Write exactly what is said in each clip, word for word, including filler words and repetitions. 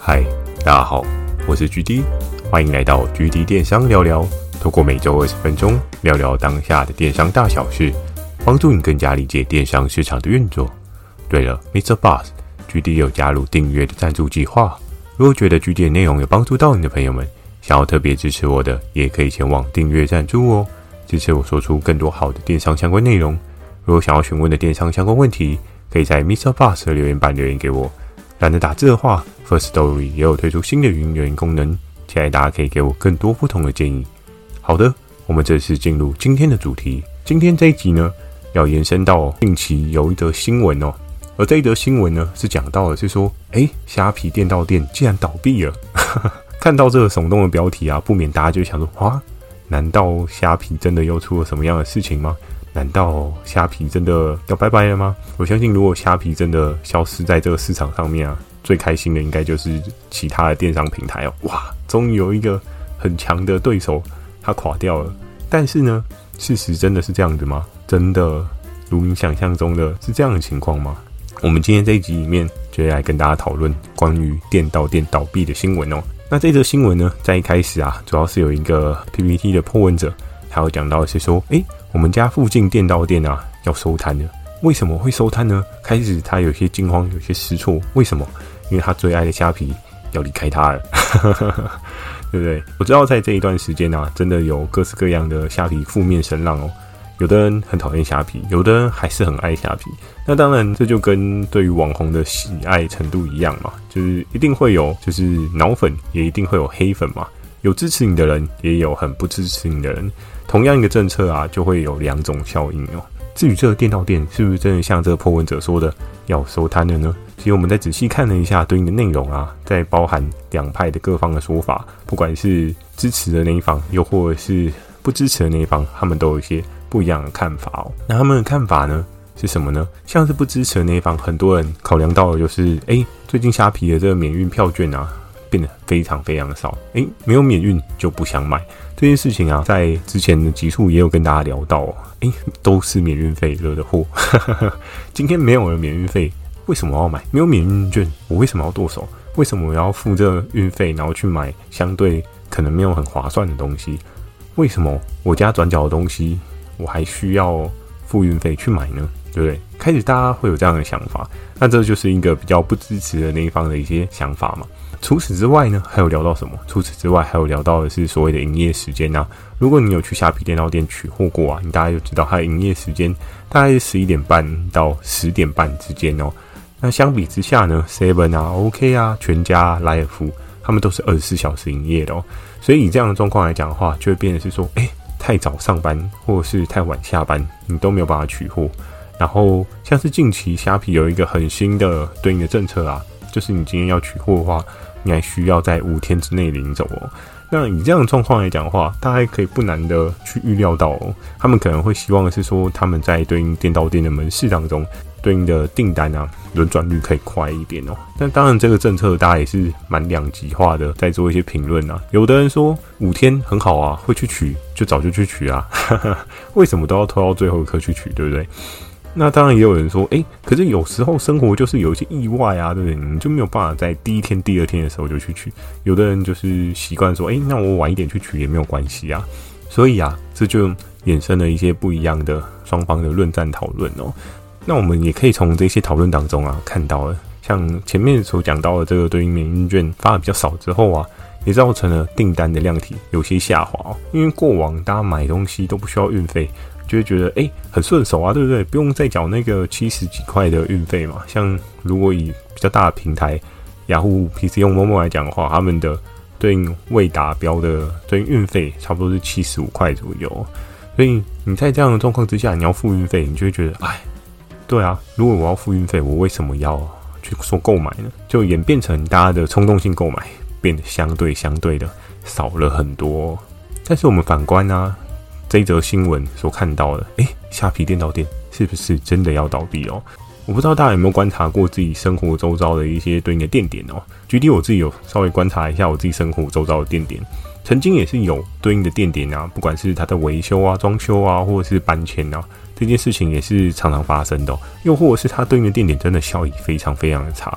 嗨，大家好，我是 G D， 欢迎来到 G D 电商聊聊，透过每周二十分钟聊聊当下的电商大小事，帮助你更加理解电商市场的运作。对了 ，Mister Boss，G D 有加入订阅的赞助计划，如果觉得 G D 的内容有帮助到你的朋友们，想要特别支持我的，也可以前往订阅赞助哦，支持我说出更多好的电商相关内容。如果想要询问的电商相关问题，可以在 Mister Boss 的留言板留言给我。懒得打字的话 ，Firstory 也有推出新的语音留言功能，期待大家可以给我更多不同的建议。好的，我们正式进入今天的主题。今天这一集呢，要延伸到近期有一则新闻哦，而这一则新闻呢，是讲到的是说，诶，虾皮店到店竟然倒闭了。看到这个耸动的标题啊，不免大家就想说，哇，难道虾皮真的又出了什么样的事情吗？难道虾皮真的要拜拜了吗？我相信如果虾皮真的消失在这个市场上面啊，最开心的应该就是其他的电商平台哦。哇，终于有一个很强的对手它垮掉了。但是呢，事实真的是这样子吗？真的如你想象中的是这样的情况吗？我们今天这一集里面就会来跟大家讨论关于店到店倒闭的新闻哦。那这则新闻呢，在一开始啊，主要是有一个 P P T 的 po 文者，还有讲到的是说，诶，我们家附近店到店啊要收摊了。为什么会收摊呢？开始他有些惊慌，有些失措。为什么？因为他最爱的虾皮要离开他了，对不对？我知道在这一段时间啊，真的有各式各样的虾皮负面声浪哦。有的人很讨厌虾皮，有的人还是很爱虾皮。那当然，这就跟对于网红的喜爱程度一样嘛，就是一定会有就是脑粉，也一定会有黑粉嘛。有支持你的人，也有很不支持你的人。同样一个政策啊，就会有两种效应哦。至于这个店到店是不是真的像这个 po 文者说的要收摊了呢？其实我们在仔细看了一下对应的内容啊，在包含两派的各方的说法，不管是支持的那一方，又或者是不支持的那一方，他们都有一些不一样的看法哦。那他们的看法呢是什么呢？像是不支持的那一方，很多人考量到的就是，诶，最近虾皮的这个免运票券啊，变得非常非常少，诶，没有免运就不想买。这件事情啊，在之前的集数也有跟大家聊到哦，诶，都是免运费惹的祸。今天没有了免运费，为什么要买？没有免运券，我为什么要剁手？为什么我要付这个运费，然后去买相对可能没有很划算的东西？为什么我家转角的东西，我还需要付运费去买呢？对不对？开始大家会有这样的想法，那这就是一个比较不支持的那一方的一些想法嘛。除此之外呢，还有聊到什么？除此之外，还有聊到的是所谓的营业时间啊。如果你有去虾皮店到店取货过啊，你大概就知道它的营业时间大概是十一点半到十点半之间哦。那相比之下呢 ，seven 啊、OK 啊、全家啊、莱尔富，他们都是二十四小时营业的哦。所以以这样的状况来讲的话，就会变成是说，哎，太早上班或者是太晚下班，你都没有办法取货。然后像是近期虾皮有一个很新的对应的政策啊，就是你今天要取货的话，你还需要在五天之内领走哦。那以这样的状况来讲的话，大家可以不难的去预料到哦，他们可能会希望的是说，他们在对应店到店的门市当中，对应的订单啊，轮转率可以快一点哦。但当然，这个政策大家也是蛮两极化的，在做一些评论啊。有的人说五天很好啊，会去取就早就去取啊，为什么都要拖到最后一刻去取，对不对？那当然也有人说，诶，可是有时候生活就是有一些意外啊，对不对？你就没有办法在第一天、第二天的时候就去取。有的人就是习惯说，诶，那我晚一点去取也没有关系啊。所以啊，这就衍生了一些不一样的双方的论战讨论哦。那我们也可以从这些讨论当中啊，看到了，像前面所讲到的这个对应免运券发的比较少之后啊，也造成了订单的量体有些下滑哦。因为过往大家买东西都不需要运费，就会觉得诶很顺手啊，对不对？不用再缴那个七十几块的运费嘛。像如果以比较大的平台雅虎 P C 用 Momo 来讲的话，他们的对应未达标的对应运费差不多是七十五块左右。所以你在这样的状况之下，你要付运费，你就会觉得，哎，对啊，如果我要付运费，我为什么要去说购买呢？就演变成大家的冲动性购买变得相对相对的少了很多。但是我们反观啊，这一则新闻所看到的，诶，虾皮店到店是不是真的要倒闭哦？我不知道大家有没有观察过自己生活周遭的一些对应的店点哦。举例我自己有稍微观察一下我自己生活周遭的店点，曾经也是有对应的店点啊，不管是它的维修啊、装修啊，或者是搬迁啊，这件事情也是常常发生的哦。又或者是它对应的店点真的效益非常非常的差，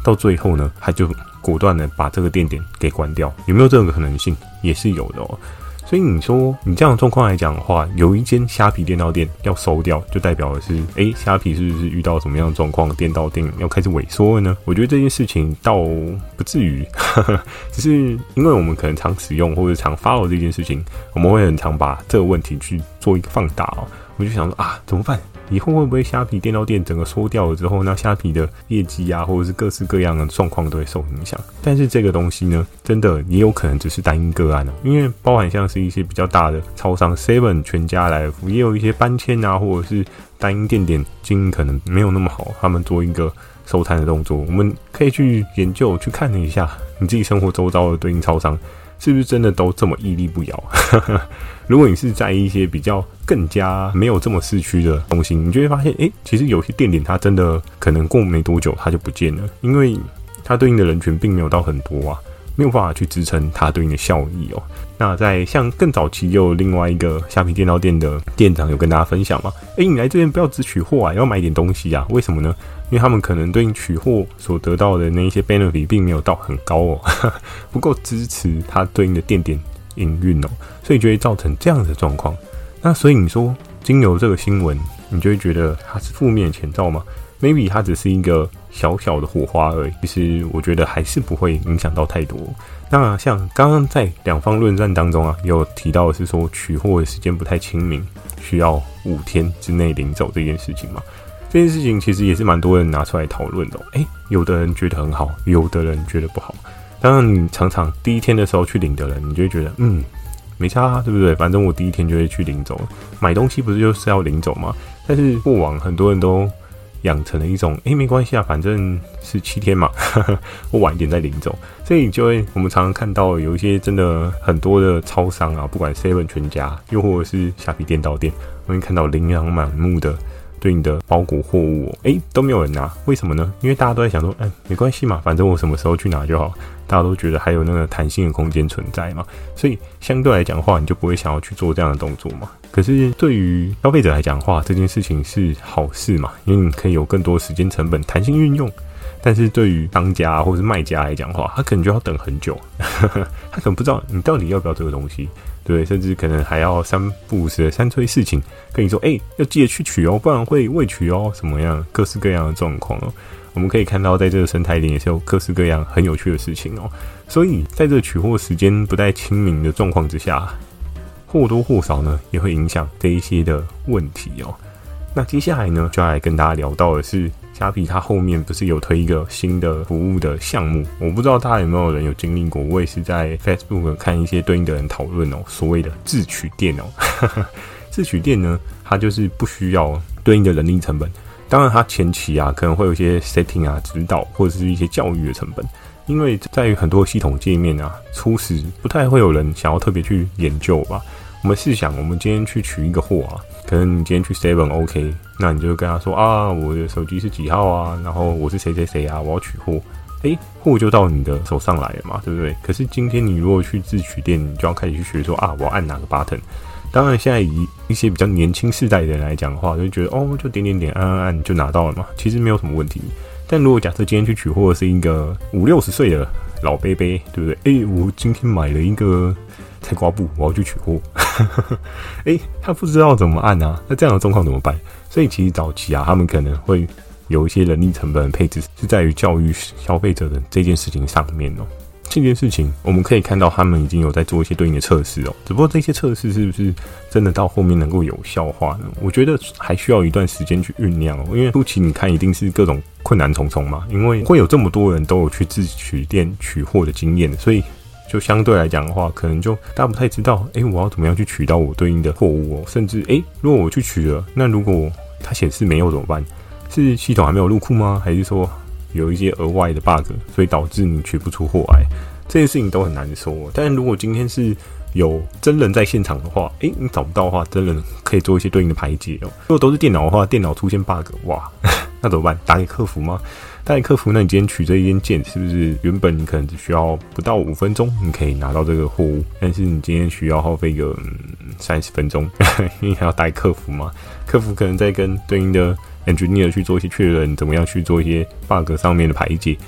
到最后呢，他就果断的把这个店点给关掉，有没有这个可能性？也是有的哦。所以你说你这样的状况来讲的话，有一间虾皮电到店要收掉，就代表的是，诶，虾皮是不是遇到什么样的状况，电到店要开始萎缩了呢？我觉得这件事情倒不至于，呵呵，只是因为我们可能常使用或者常 follow 这件事情，我们会很常把这个问题去做一个放大哦。我就想说啊，怎么办？以后会不会虾皮电到店整个缩掉了之后，那虾皮的业绩啊，或者是各式各样的状况都会受影响？但是这个东西呢，真的也有可能只是单一个案哦，因为包含像是一些比较大的超商 seven、全家、来福，也有一些搬迁啊，或者是单一店点经营可能没有那么好，他们做一个收摊的动作，我们可以去研究去看一下你自己生活周遭的对应超商是不是真的都这么屹立不摇。如果你是在意一些比较更加没有这么市区的东西，你就会发现，诶，其实有些店点它真的可能过没多久它就不见了，因为它对应的人群并没有到很多啊，没有办法去支撑它对应的效益哦。那在像更早期又有另外一个虾皮电到店的店长有跟大家分享嘛，诶，你来这边不要只取货啊，要买点东西啊，为什么呢？因为他们可能对应取货所得到的那一些 benefit 并没有到很高哦，不够支持它对应的店点营运哦，所以就会造成这样的状况。那所以你说经由这个新闻，你就会觉得它是负面前兆吗？ maybe 它只是一个小小的火花而已，其实我觉得还是不会影响到太多。那像刚刚在两方论战当中啊，有提到的是说取货的时间不太亲民，需要五天之内领走这件事情嘛。这件事情其实也是蛮多人拿出来讨论的、哦。诶，有的人觉得很好，有的人觉得不好。当然，你常常第一天的时候去领的人，你就会觉得，嗯，没差啊，对不对？反正我第一天就会去领走。买东西不是就是要领走吗？但是过往很多人都养成了一种，诶，没关系啊，反正是七天嘛，呵呵，我晚一点再领走。所以就会我们常常看到有一些真的很多的超商啊，不管 seven 全家，又或者是虾皮电到店，我们看到琳琅满目的对应的包裹货物、哦，诶，都没有人拿，为什么呢？因为大家都在想说，哎，没关系嘛，反正我什么时候去拿就好。大家都觉得还有那个弹性的空间存在嘛，所以相对来讲的话，你就不会想要去做这样的动作嘛。可是对于消费者来讲的话，这件事情是好事嘛，因为你可以有更多时间成本弹性运用。但是对于商家或是卖家来讲的话，他可能就要等很久，他可能不知道你到底要不要这个东西，对，甚至可能还要三不五时的三催四请，跟你说，哎、欸，要记得去取哦，不然会未取哦，什么样各式各样的状况哦。我们可以看到，在这个生态链也是有各式各样很有趣的事情哦。所以，在这个取货时间不太亲民的状况之下，或多或少呢，也会影响这一些的问题哦。那接下来呢，就要来跟大家聊到的是，虾皮它后面不是有推一个新的服务的项目？我不知道大家有没有人有经历过，我也是在 Facebook 看一些对应的人讨论哦，所谓的自取店哦。自取店呢，它就是不需要对应的人力成本。当然，它前期啊可能会有一些 setting 啊、指导或者是一些教育的成本，因为在于很多系统界面啊，初始不太会有人想要特别去研究吧。我们试想，我们今天去取一个货啊，可能你今天去 seven OK， 那你就跟他说啊，我的手机是几号啊，然后我是谁谁谁啊，我要取货，诶，货就到你的手上来了嘛，对不对？可是今天你如果去自取店，你就要开始去学说啊，我要按哪个 button。当然，现在以一些比较年轻世代的人来讲的话，就觉得哦，就点点点按按按就拿到了嘛，其实没有什么问题。但如果假设今天去取货的是一个五六十岁的老伯伯，对不对？诶，我今天买了一个菜瓜布，我要去取货，诶，他不知道怎么按啊，那这样的状况怎么办？所以其实早期啊，他们可能会有一些人力成本的配置，是在于教育消费者的这件事情上面哦。这件事情我们可以看到他们已经有在做一些对应的测试哦，只不过这些测试是不是真的到后面能够有效化呢？我觉得还需要一段时间去酝酿哦，因为初期你看一定是各种困难重重嘛，因为会有这么多人都有去自取店取货的经验，所以就相对来讲的话，可能就大家不太知道，诶，我要怎么样去取到我对应的货物哦，甚至诶，如果我去取了，那如果它显示没有怎么办？是系统还没有入库吗？还是说有一些额外的 bug， 所以导致你取不出货来，这些事情都很难说。但如果今天是有真人在现场的话，诶，你找不到的话，真人可以做一些对应的排解哦。如果都是电脑的话，电脑出现 bug， 哇，那怎么办？打给客服吗？打给客服，那你今天取这一件件，是不是原本你可能只需要不到五分钟，你可以拿到这个货物，但是你今天需要耗费个三十分钟，因为还要打给客服嘛，客服可能在跟对应的engineer 去做一些确认，怎么样去做一些 bug 上面的排解。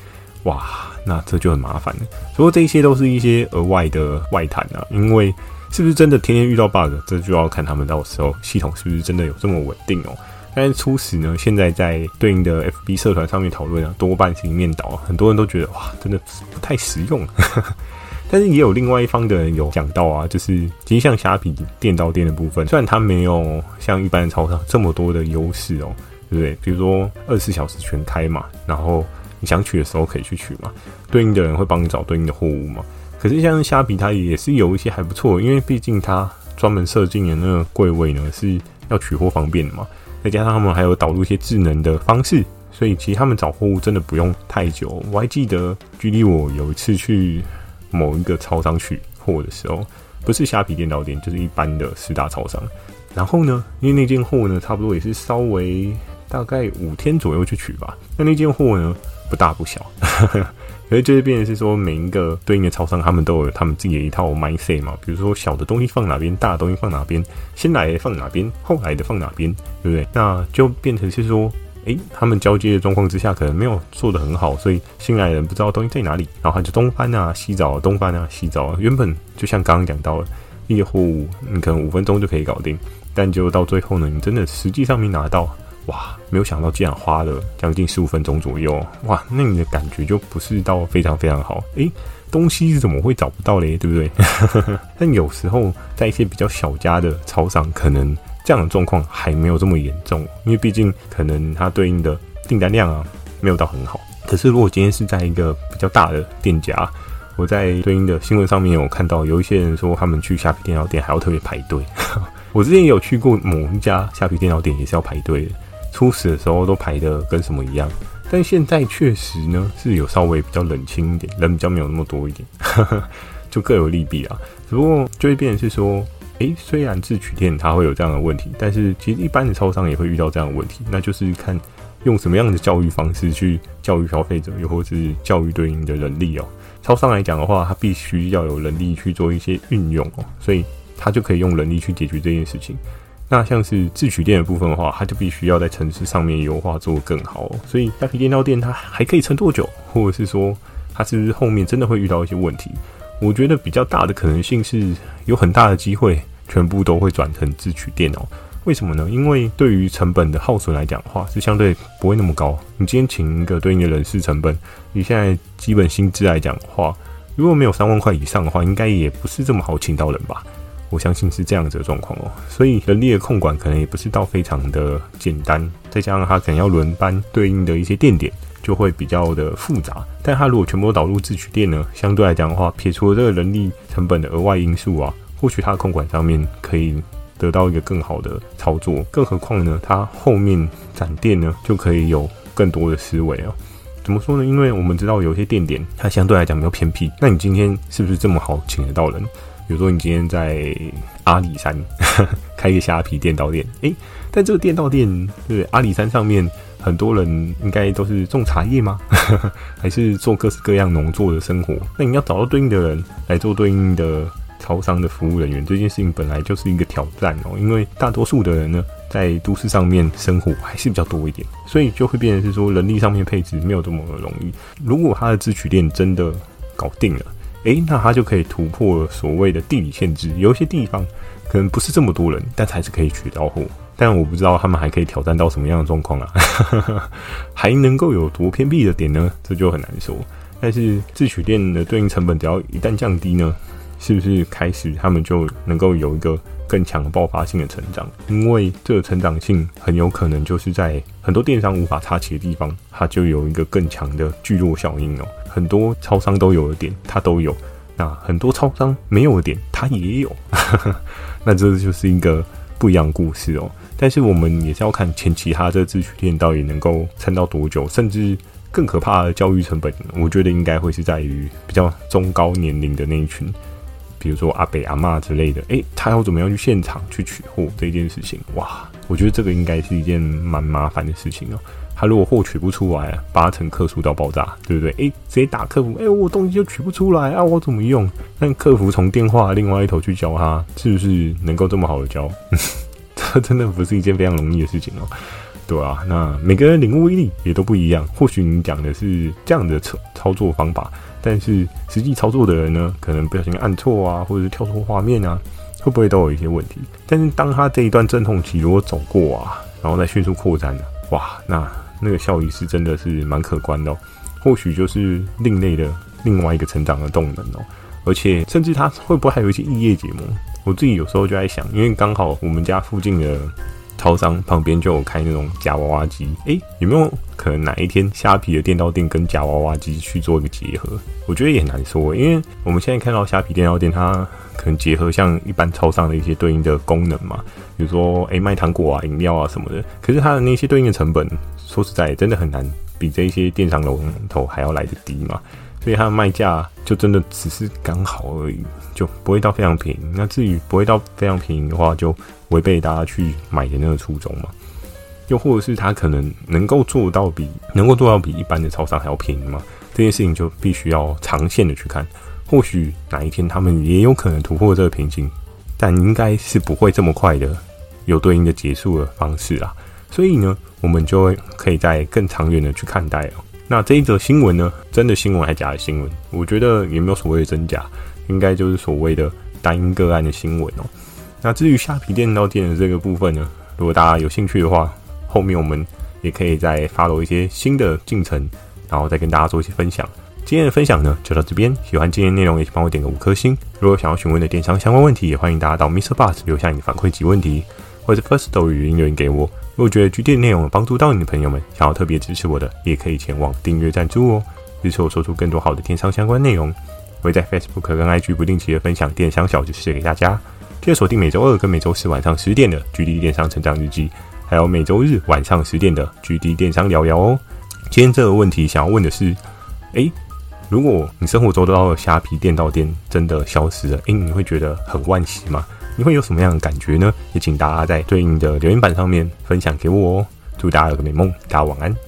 哇，那这就很麻烦了。不过这一些都是一些额外的外谈啊，因为是不是真的天天遇到 bug， 这就要看他们到时候系统是不是真的有这么稳定哦。但是初始呢，现在在对应的 F B 社团上面讨论啊，多半是一面倒，很多人都觉得哇，真的不太实用。但是也有另外一方的人有讲到啊，就是其实像虾皮店到店的部分，虽然它没有像一般的超商这么多的优势哦，对不对？比如说二十四小时全开嘛，然后你想取的时候可以去取嘛，对应的人会帮你找对应的货物嘛。可是像虾皮它也是有一些还不错，因为毕竟它专门设定的那个柜位呢是要取货方便的嘛。再加上他们还有导入一些智能的方式，所以其实他们找货物真的不用太久。我还记得，举例我有一次去某一个超商取货的时候，不是虾皮店到店，就是一般的十大超商。然后呢，因为那件货呢，差不多也是稍微大概五天左右去取吧。那那件货呢，不大不小，可是就是变成是说，每一个对应的超商，他们都有他们自己的一套 mindset 嘛。比如说小的东西放哪边，大的东西放哪边，先来的放哪边，后来的放哪边，对不对？那就变成是说，诶，他们交接的状况之下，可能没有做得很好，所以新来的人不知道东西在哪里，然后他就东翻啊西找，东翻啊西找啊。原本就像刚刚讲到了，一个货物你可能五分钟就可以搞定，但就到最后呢，你真的实际上没拿到。哇，没有想到竟然花了将近十五分钟左右，哇，那你的感觉就不是到非常非常好。诶，东西是怎么会找不到嘞？对不对？但有时候在一些比较小家的超商，可能这样的状况还没有这么严重，因为毕竟可能它对应的订单量啊没有到很好。可是如果今天是在一个比较大的店家，我在对应的新闻上面有看到有一些人说他们去虾皮电脑店还要特别排队。我之前也有去过某一家虾皮电脑店，也是要排队的。初始的时候都排的跟什么一样，但现在确实呢是有稍微比较冷清一点，人比较没有那么多一点，就各有利弊啊。只不过就会变成是说，诶，虽然自取店它会有这样的问题，但是其实一般的超商也会遇到这样的问题，那就是看用什么样的教育方式去教育消费者，又或是教育对应的人力哦。超商来讲的话，它必须要有人力去做一些运用哦，所以它就可以用人力去解决这件事情。那像是自取店的部分的话，它就必须要在城市上面优化做得更好哦。所以虾皮店到店它还可以撑多久，或者是说它是不是后面真的会遇到一些问题？我觉得比较大的可能性是有很大的机会全部都会转成自取店哦。为什么呢？因为对于成本的耗损来讲的话，是相对不会那么高。你今天请一个对应的人事成本，你现在基本薪资来讲的话，如果没有三万块以上的话，应该也不是这么好请到人吧。我相信是这样子的状况哦，所以人力的控管可能也不是到非常的简单，再加上他可能要轮班对应的一些店点就会比较的复杂。但他如果全部都导入自取店呢，相对来讲的话，撇除了这个人力成本的额外因素啊，或许他的控管上面可以得到一个更好的操作。更何况呢，他后面展店呢就可以有更多的思维哦。怎么说呢？因为我们知道有些店点它相对来讲比较偏僻，那你今天是不是这么好请得到人？比如说你今天在阿里山开一个虾皮店到店，诶，但这个店到店，对阿里山上面很多人应该都是种茶叶吗？还是做各式各样农作的生活？那你要找到对应的人来做对应的超商的服务人员，这件事情本来就是一个挑战哦。因为大多数的人呢，在都市上面生活还是比较多一点，所以就会变成是说人力上面配置没有这么容易。如果他的自取店真的搞定了，诶，那他就可以突破所谓的地理限制，有一些地方可能不是这么多人，但还是可以取到货。但我不知道他们还可以挑战到什么样的状况啊，还能够有多偏僻的点呢？这就很难说。但是自取店的对应成本只要一旦降低呢，是不是开始他们就能够有一个更强的爆发性的成长？因为这个成长性很有可能就是在很多电商无法插旗的地方，它就有一个更强的聚落效应哦。很多超商都有的点，它都有；那很多超商没有的点，它也有。那这就是一个不一样的故事哦。但是我们也是要看前期它这自取店到底能够撑到多久，甚至更可怕的教育成本，我觉得应该会是在于比较中高年龄的那一群。比如说阿伯阿嬷之类的，诶，他要怎么样去现场去取货这件事情，哇，我觉得这个应该是一件蛮麻烦的事情哦。他如果货取不出来，八成客诉到爆炸，对不对？诶，直接打客服，诶，我东西就取不出来啊，我怎么用？但客服从电话另外一头去教他，是不是能够这么好的教？这真的不是一件非常容易的事情哦。 对啊，那每个人领悟力也都不一样，或许你讲的是这样的操操作方法，但是实际操作的人呢，可能不小心按错啊，或者是跳错画面啊，会不会都有一些问题？但是当他这一段阵痛期如果走过啊，然后再迅速扩展了，哇，那那个效益是真的是蛮可观的哦。或许就是另类的另外一个成长的动能哦，而且甚至它会不会还有一些异业结盟？我自己有时候就在想，因为刚好我们家附近的超商旁边就有开那种夹娃娃机，诶，有没有可能哪一天虾皮的店到店跟夹娃娃机去做一个结合？我觉得也很难说，因为我们现在看到虾皮店到店，它可能结合像一般超商的一些对应的功能嘛，比如说诶卖糖果啊、饮料啊什么的，可是它的那些对应的成本，说实在真的很难比这一些电商龙头还要来得低嘛，所以它的卖价就真的只是刚好而已，就不会到非常便宜。那至于不会到非常便宜的话，就违背大家去买的那个初衷嘛。又或者是它可能能够做到比能够做到比一般的超商还要便宜嘛？这件事情就必须要长线的去看。或许哪一天他们也有可能突破这个瓶颈，但应该是不会这么快的有对应的结束的方式啦。所以呢，我们就会可以再更长远的去看待哦。那这一则新闻呢，真的新闻还假的新闻？我觉得也没有所谓的真假，应该就是所谓的单一个案的新闻哦。那至于虾皮店到店的这个部分呢，如果大家有兴趣的话，后面我们也可以再 follow 一些新的进程，然后再跟大家做一些分享。今天的分享呢就到这边，喜欢今天内容也请帮我点个五颗星。如果想要询问的电商相关问题，也欢迎大家到 Mister Bus 留下你的反馈及问题，或者 Firstory 语音留言给我。如果觉得 G D 的内容有帮助到你的朋友们，想要特别支持我的，也可以前往订阅赞助哦，支持我说出更多好的电商相关内容。我会在 Facebook 跟 I G 不定期的分享电商小知识给大家，记得锁定每周二跟每周四晚上十点的 G D 电商成长日记，还有每周日晚上十点的 G D 电商聊聊哦。今天这个问题想要问的是，诶，如果你生活周遭的虾皮店到店真的消失了，诶，你会觉得很惋惜吗？你会有什么样的感觉呢？也请大家在对应的留言板上面分享给我哦。祝大家有个美梦，大家晚安。